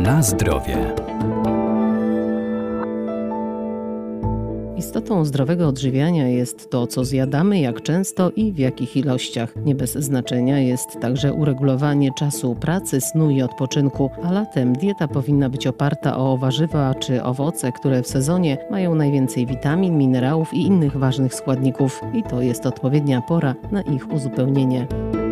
Na zdrowie. Istotą zdrowego odżywiania jest to, co zjadamy, jak często i w jakich ilościach. Nie bez znaczenia jest także uregulowanie czasu pracy, snu i odpoczynku, a latem dieta powinna być oparta o warzywa czy owoce, które w sezonie mają najwięcej witamin, minerałów i innych ważnych składników. I to jest odpowiednia pora na ich uzupełnienie.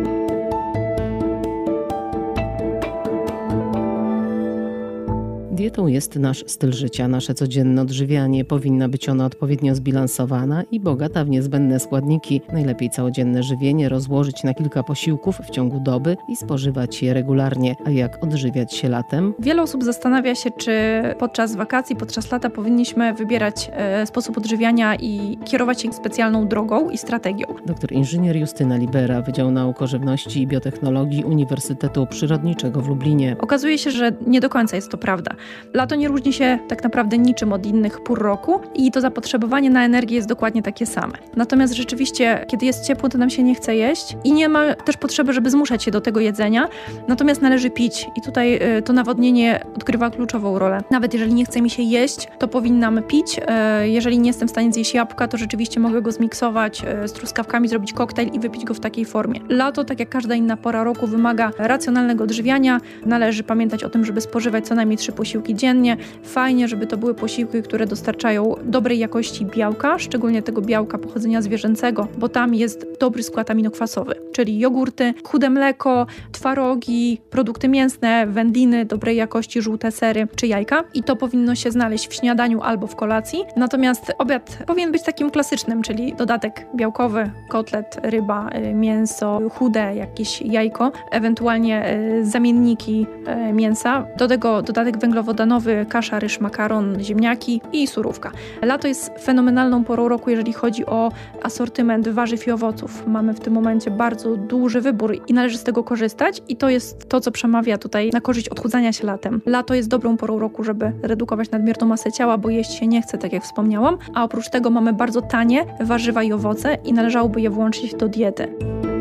Dietą jest nasz styl życia, nasze codzienne odżywianie. Powinna być ona odpowiednio zbilansowana i bogata w niezbędne składniki. Najlepiej całodzienne żywienie rozłożyć na kilka posiłków w ciągu doby i spożywać je regularnie. A jak odżywiać się latem? Wiele osób zastanawia się, czy podczas wakacji, podczas lata powinniśmy wybierać sposób odżywiania i kierować się specjalną drogą i strategią. Doktor inżynier Justyna Libera, Wydział Nauk o Żywności i Biotechnologii Uniwersytetu Przyrodniczego w Lublinie. Okazuje się, że nie do końca jest to prawda. Lato nie różni się tak naprawdę niczym od innych pór roku i to zapotrzebowanie na energię jest dokładnie takie same. Natomiast rzeczywiście, kiedy jest ciepło, to nam się nie chce jeść i nie ma też potrzeby, żeby zmuszać się do tego jedzenia. Natomiast należy pić i tutaj to nawodnienie odgrywa kluczową rolę. Nawet jeżeli nie chce mi się jeść, to powinnam pić. Jeżeli nie jestem w stanie zjeść jabłka, to rzeczywiście mogę go zmiksować z truskawkami, zrobić koktajl i wypić go w takiej formie. Lato, tak jak każda inna pora roku, wymaga racjonalnego odżywiania. Należy pamiętać o tym, żeby spożywać co najmniej 3 posiłki dziennie. Fajnie, żeby to były posiłki, które dostarczają dobrej jakości białka, szczególnie tego białka pochodzenia zwierzęcego, bo tam jest dobry skład aminokwasowy, czyli jogurty, chude mleko, twarogi, produkty mięsne, wędliny dobrej jakości, żółte sery czy jajka i to powinno się znaleźć w śniadaniu albo w kolacji. Natomiast obiad powinien być takim klasycznym, czyli dodatek białkowy, kotlet, ryba, mięso, chude, jakieś jajko, ewentualnie zamienniki mięsa. Do tego dodatek węglowodanowy, kasza, ryż, makaron, ziemniaki i surówka. Lato jest fenomenalną porą roku, jeżeli chodzi o asortyment warzyw i owoców. Mamy w tym momencie bardzo duży wybór i należy z tego korzystać i to jest to, co przemawia tutaj na korzyść odchudzania się latem. Lato jest dobrą porą roku, żeby redukować nadmierną masę ciała, bo jeść się nie chce, tak jak wspomniałam, a oprócz tego mamy bardzo tanie warzywa i owoce i należałoby je włączyć do diety.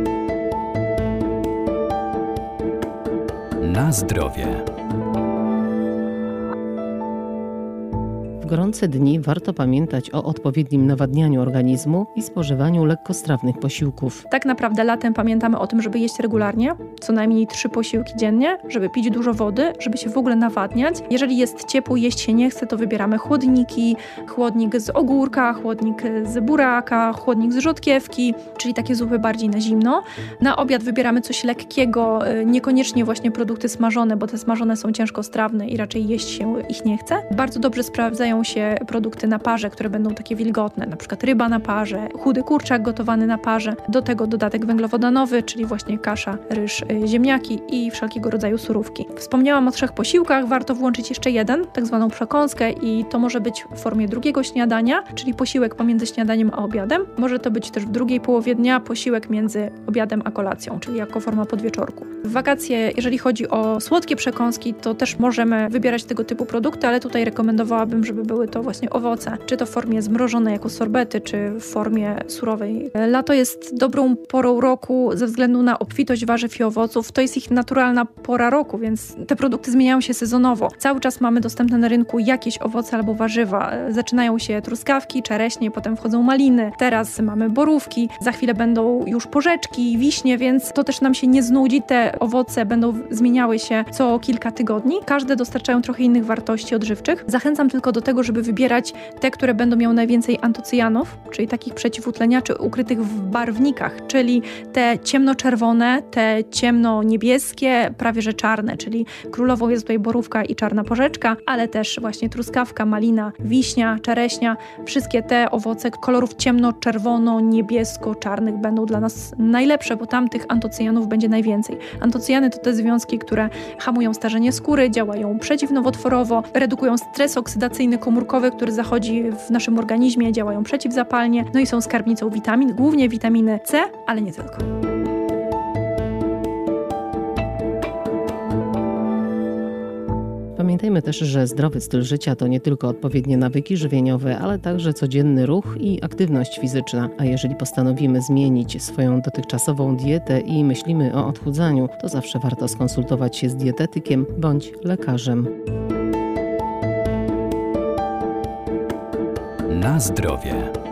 Na zdrowie. W gorące dni warto pamiętać o odpowiednim nawadnianiu organizmu i spożywaniu lekkostrawnych posiłków. Tak naprawdę latem pamiętamy o tym, żeby jeść regularnie, co najmniej 3 posiłki dziennie, żeby pić dużo wody, żeby się w ogóle nawadniać. Jeżeli jest ciepło, jeść się nie chce, to wybieramy chłodniki, chłodnik z ogórka, chłodnik z buraka, chłodnik z rzodkiewki, czyli takie zupy bardziej na zimno. Na obiad wybieramy coś lekkiego, niekoniecznie właśnie produkty smażone, bo te smażone są ciężkostrawne i raczej jeść się ich nie chce. Bardzo dobrze sprawdzają się produkty na parze, które będą takie wilgotne, na przykład ryba na parze, chudy kurczak gotowany na parze, do tego dodatek węglowodanowy, czyli właśnie kasza, ryż, ziemniaki i wszelkiego rodzaju surówki. Wspomniałam o 3 posiłkach, warto włączyć jeszcze jeden, tak zwaną przekąskę i to może być w formie drugiego śniadania, czyli posiłek pomiędzy śniadaniem a obiadem. Może to być też w drugiej połowie dnia posiłek między obiadem a kolacją, czyli jako forma podwieczorku. W wakacje, jeżeli chodzi o słodkie przekąski, to też możemy wybierać tego typu produkty, ale tutaj rekomendowałabym, żeby były to właśnie owoce, czy to w formie zmrożonej jako sorbety, czy w formie surowej. Lato jest dobrą porą roku ze względu na obfitość warzyw i owoców. To jest ich naturalna pora roku, więc te produkty zmieniają się sezonowo. Cały czas mamy dostępne na rynku jakieś owoce albo warzywa. Zaczynają się truskawki, czereśnie, potem wchodzą maliny. Teraz mamy borówki, za chwilę będą już porzeczki, wiśnie, więc to też nam się nie znudzi. Te owoce będą zmieniały się co kilka tygodni. Każde dostarczają trochę innych wartości odżywczych. Zachęcam tylko do tego, żeby wybierać te, które będą miały najwięcej antocyjanów, czyli takich przeciwutleniaczy ukrytych w barwnikach, czyli te ciemnoczerwone, te ciemnoniebieskie, prawie że czarne, czyli królową jest tutaj borówka i czarna porzeczka, ale też właśnie truskawka, malina, wiśnia, czereśnia. Wszystkie te owoce kolorów ciemno-czerwono-niebiesko-czarnych będą dla nas najlepsze, bo tam tych antocyjanów będzie najwięcej. Antocyjany to te związki, które hamują starzenie skóry, działają przeciwnowotworowo, redukują stres oksydacyjny komórkowy, który zachodzi w naszym organizmie, działają przeciwzapalnie, no i są skarbnicą witamin, głównie witaminy C, ale nie tylko. Pamiętajmy też, że zdrowy styl życia to nie tylko odpowiednie nawyki żywieniowe, ale także codzienny ruch i aktywność fizyczna. A jeżeli postanowimy zmienić swoją dotychczasową dietę i myślimy o odchudzaniu, to zawsze warto skonsultować się z dietetykiem bądź lekarzem. Na zdrowie.